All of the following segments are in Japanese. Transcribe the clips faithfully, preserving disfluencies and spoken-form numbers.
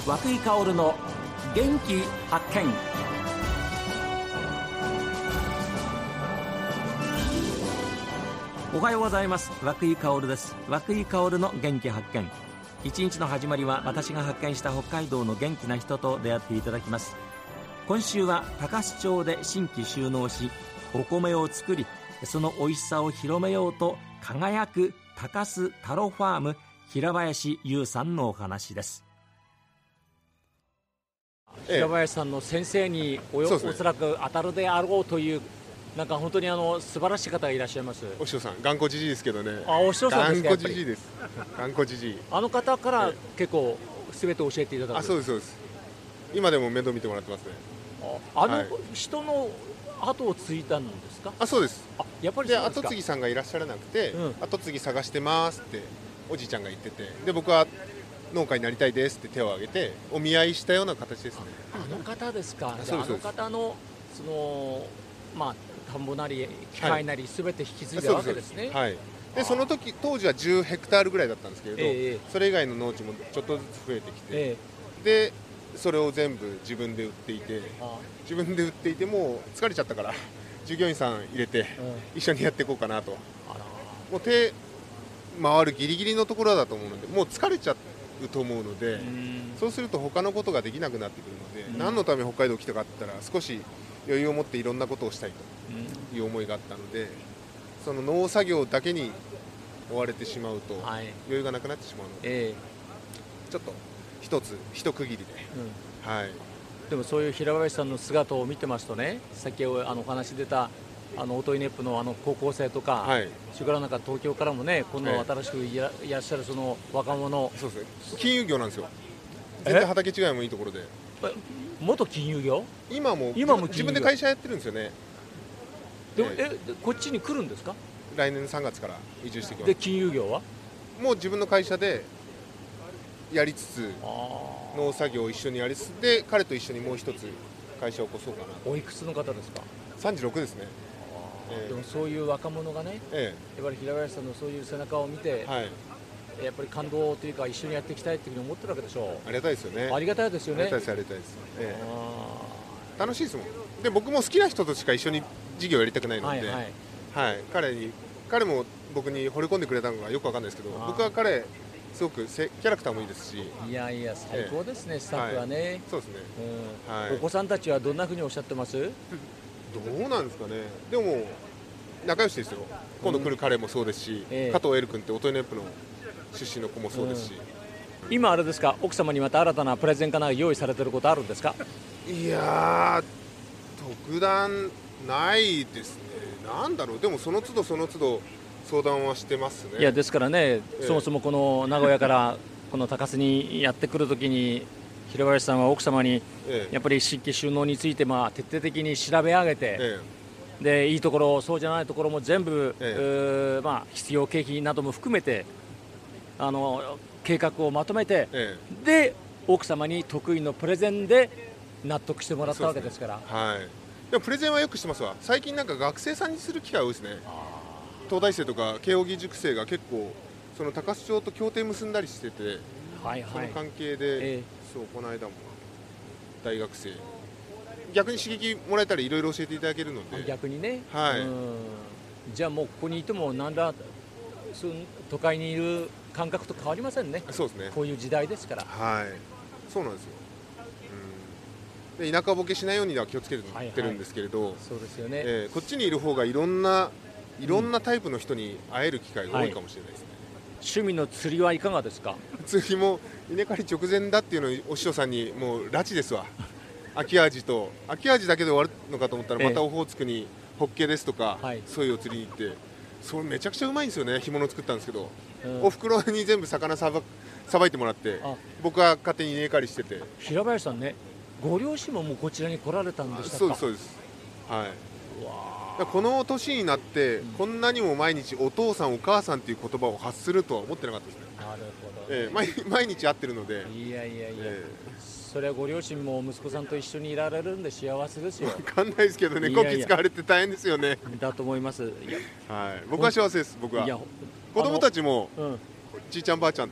和久井薫の元気発見。おはようございます。和久井薫です。和久井薫の元気発見。一日の始まりは私が発見した北海道の元気な人と出会っていただきます。今週は高須町で新規就農し、お米を作り、その美味しさを広めようと輝く高須タロファーム平林優さんのお話です。平林さんの先生に お, よ、ね、おそらく当たるであろうという、なんか本当にあの素晴らしい方がいらっしゃいます。 お師匠さん、頑固じじいですけどね。 あ、お師匠さんですか。 頑固じじいです。頑固じじい。 あの方から結構すべて教えていただく。 あ、そうですそうです。今でも面倒見てもらってますね。 あ, あの、はい、人の後を継いだんですか。 あ、そうです。 あ、やっぱりそうですか。 で後継ぎさんがいらっしゃらなくて、うん、後継ぎ探してますっておじいちゃんが言ってて、で僕は農家になりたいですって手を挙げてお見合いしたような形ですね。 あの方ですか。 あ、そうです。 あの方のそのまあ田んぼなり機械なりすべて引き継いだわけですね。 はい。でその時当時はじゅうヘクタールぐらいだったんですけれど、えー、それ以外の農地もちょっとずつ増えてきて、えー、でそれを全部自分で売っていて、自分で売っていてもう疲れちゃったから従業員さん入れて一緒にやっていこうかなと。もう手回るギリギリのところだと思うので、もう疲れちゃうと思うので、うん、そうすると他のことができなくなってくるので、うん、何のため北海道来たかって言ったら少し余裕を持っていろんなことをしたいという思いがあったので、その農作業だけに追われてしまうと余裕がなくなってしまうので、はい、ちょっと一つ一区切りで、うん、はい。 でもそういう平林さんの姿を見てますとね、さっきあのお話出たあのオートイネップのあの高校生とか、はい、それからなんか東京からもね、今度新しくい ら,、はい、いらっしゃるその若者、 そうですね、金融業なんですよ。全然畑違いもいいところで。 元金融業？ 今も今も自分で会社やってるんですよね。 でええこっちに来るんですか？ 来年さんがつから移住してきます。 で金融業はもう自分の会社でやりつつ、農作業を一緒にやりつつで、彼と一緒にもう一つ会社を起こそうかな。 おいくつの方ですか？ さんじゅうろくですね。 えー、でもそういう若者がね、えー、やっぱり平林さんのそういう背中を見て、はい、やっぱり感動というか一緒にやっていきたいというふうに思ってるわけでしょう。 ありがたいですよね。 ありがたいですよね。 ありがたいです、ありがたいです、えー、楽しいですもん。で僕も好きな人としか一緒に事業をやりたくないので、はいはいはい、彼に彼も僕に惚れ込んでくれたのがよくわかんないですけど、僕は彼すごくキャラクターもいいですし。 いやいや最高ですね、えー、スタッフはね、はい、 そうですね、 うん、はい、お子さんたちはどんなふうにおっしゃってます？ どうなんですかね。でも仲良しですよ。今度来る彼もそうですし、うんえー、加藤エル君ってオトイネップの出身の子もそうですし、 うん、今あれですか、奥様にまた新たなプレゼンかな用意されてることあるんですか？ いやー特段ないですね。なんだろう、でもその都度その都度相談はしてますね。 いやですからね、えー、そもそもこの名古屋からこの高須にやってくるときに平林さんは奥様にやっぱり新規就農についてまあ徹底的に調べ上げて、ええ、でいいところそうじゃないところも全部、ええまあ、必要経費なども含めてあの計画をまとめて、ええ、で奥様に得意のプレゼンで納得してもらったわけですから。 で、ね、はい、でもプレゼンはよくしてますわ。最近なんか学生さんにする機会多いですね。東大生とか慶應義塾生が結構その高須町と協定結んだりしてて、はいはい、その関係で、ええ、そうこの間も大学生逆に刺激もらえたらいろいろ教えていただけるので。 逆にね、 はい、 うんじゃあもうここにいても何らその都会にいる感覚と変わりませんね。 そうですね、 こういう時代ですから。 はい、そうなんですよ、うん、で田舎ボケしないようには気をつけてるんですけれど、はいはい、 そうですよね、 えー、こっちにいる方がいろんないろんなタイプの人に会える機会が多いかもしれないですね、はい、 趣味の釣りはいかがですか？ 釣りも稲刈り直前だっていうのをお師匠さんにもう拉致ですわ。秋アジと秋アジだけで終わるのかと思ったらまたオホーツクにホッケですとか、ええ、そういうを釣りに行って、それめちゃくちゃうまいんですよね。干物作ったんですけど、うん、お袋に全部魚さばさばいてもらって僕は勝手に稲刈りしてて。 平林さんね、ご両親ももうこちらに来られたんでしたか？ そうですそうです、はい、うわこの年になって、うん、こんなにも毎日お父さんお母さんっていう言葉を発するとは思ってなかったですね。 なるほど、 えー、毎, 毎日会ってるので。 いやいやいや、えーそれはご両親も息子さんと一緒にいられるんで幸せですよ。 分かんないですけどね、こき使われて大変ですよね。 だと思います。いや、 はい、僕は幸せです。僕は子供たちも、うん、じいちゃんばあちゃんと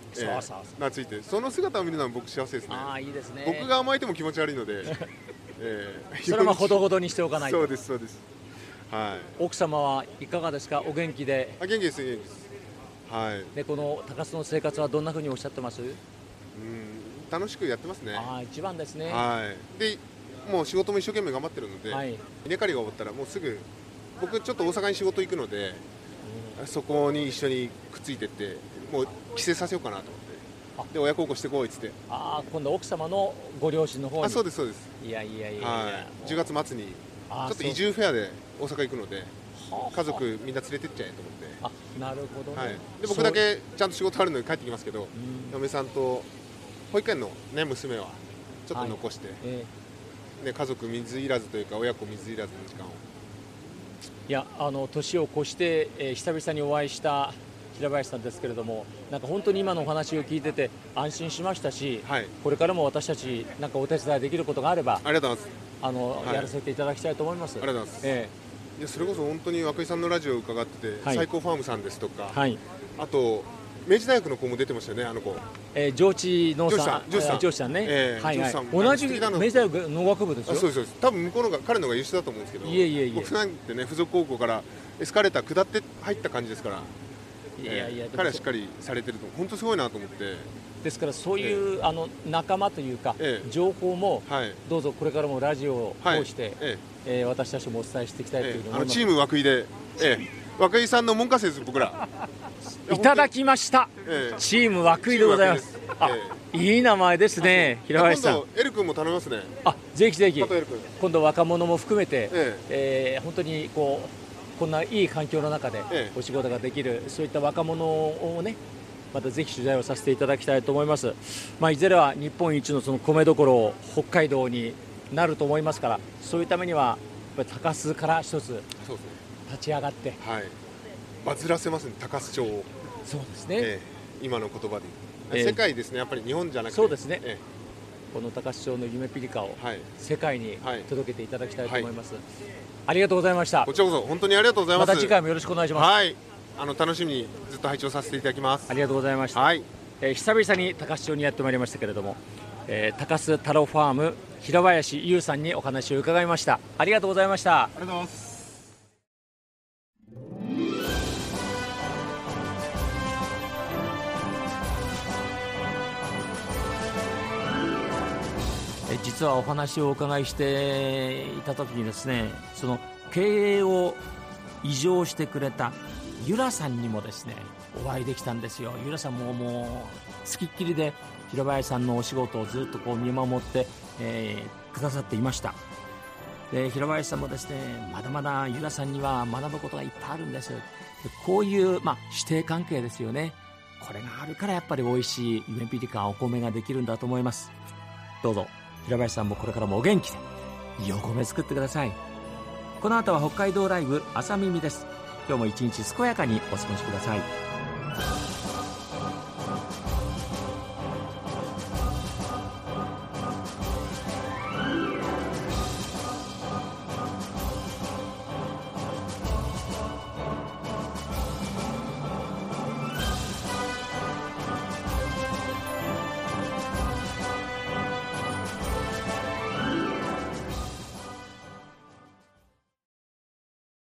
そうそうそう、 懐いて、その姿を見るのは僕幸せですね。 ああ、いいですね。 僕が甘えても気持ち悪いので、 えー、それはほどほどにしておかないと。 そうですそうです、はい。 奥様はいかがですか、お元気で。 あ、元気です元気です、はい。 でこの高須の生活はどんなふうにおっしゃってます？うん、 楽しくやってますね。 ああ、一番ですね。 はい。でもう仕事も一生懸命頑張ってるので、はい、稲刈りが終わったらもうすぐ、僕ちょっと大阪に仕事行くので、うん、そこに一緒にくっついてってもう帰省させようかなと思って、で親孝行してこいっつって。 ああ、今度奥様のご両親の方に。 あ、そうですそうです。 いやいやいやいや、 はい、じゅうがつ末にちょっと移住フェアで大阪行くので、家族みんな連れてっちゃえと思って。 あ、なるほど、ね、 はい、で僕だけちゃんと仕事あるので帰ってきますけど、嫁さんと保育園の、ね、娘はちょっと残して、はい、えー、で家族水入らずというか親子水入らずの時間を。 いや、あの年を越して、えー、久々にお会いした平林さんですけれども、なんか本当に今のお話を聞いてて安心しましたし、はい、これからも私たちなんかお手伝いできることがあれば、 ありがとうございます。 あの、はい、やらせていただきたいと思います。 ありがとうございます。えー、いやそれこそ本当に涌井さんのラジオを伺ってて、はい、最高ファームさんですとか、はい、あと明治大学の子も出てましたよね、あの子。 えー、上智農さん、上智さんね。えー、はいはい。同じ明治大学農学部ですよ。 あ、そうですそうです。多分向こうのが彼のが優秀だと思うんですけど、 いえいえいえ、 僕なんてね、付属高校からエスカレーター下って入った感じですから。いやいや、えー、彼はしっかりされてると本当すごいなと思って。 ですからそういう、えー、あの仲間というか、えー、情報も、はい、どうぞこれからもラジオを通して、はい、えーえー、私たちもお伝えしていきたいというのを、えー、 あのチーム涌井で、えー、涌井さんの門下生です僕ら。 いただきました、えー、チーム涌井でございます。あ、えー、いい名前ですね、平林さん。 今度エル君も頼みますね。 あ、ぜひぜひ。今度若者も含めて、えーえー、本当にこうこんないい環境の中でお仕事ができる、ええ、そういった若者をね、またぜひ取材をさせていただきたいと思います。まあ、いずれは日本一のその米どころ北海道になると思いますから、そういうためにはやっぱり高須から一つ立ち上がって、 はい、バズらせますね、高須町を。 そうですね、 ええ、今の言葉で、ええ、世界ですね、やっぱり日本じゃなくて。 そうですね、 ええ、 この高須町の夢ピリカを世界に届けていただきたいと思います。はいはい、ありがとうございました。 こちらこそ本当にありがとうございます。 また次回もよろしくお願いします。 はい、あの楽しみにずっと拝聴させていただきます。 ありがとうございました。はい、えー、久々に高須町にやってまいりましたけれども、えー、高須太郎ファーム平林優さんにお話を伺いました。ありがとうございました。 ありがとうございます。 実はお話をお伺いしていた時にですね、その経営を移譲してくれた由良さんにもですねお会いできたんですよ。由良さんももうつきっきりで平林さんのお仕事をずっとこう見守って、えー、くださっていました。で平林さんもですね、まだまだ由良さんには学ぶことがいっぱいあるんです。でこういう、まあ、師弟関係ですよね。これがあるからやっぱり美味しい夢ピリカお米ができるんだと思います。どうぞ平林さんもこれからもお元気でいいお米作ってください。この後は北海道ライブ朝耳です。今日も一日健やかにお過ごしください。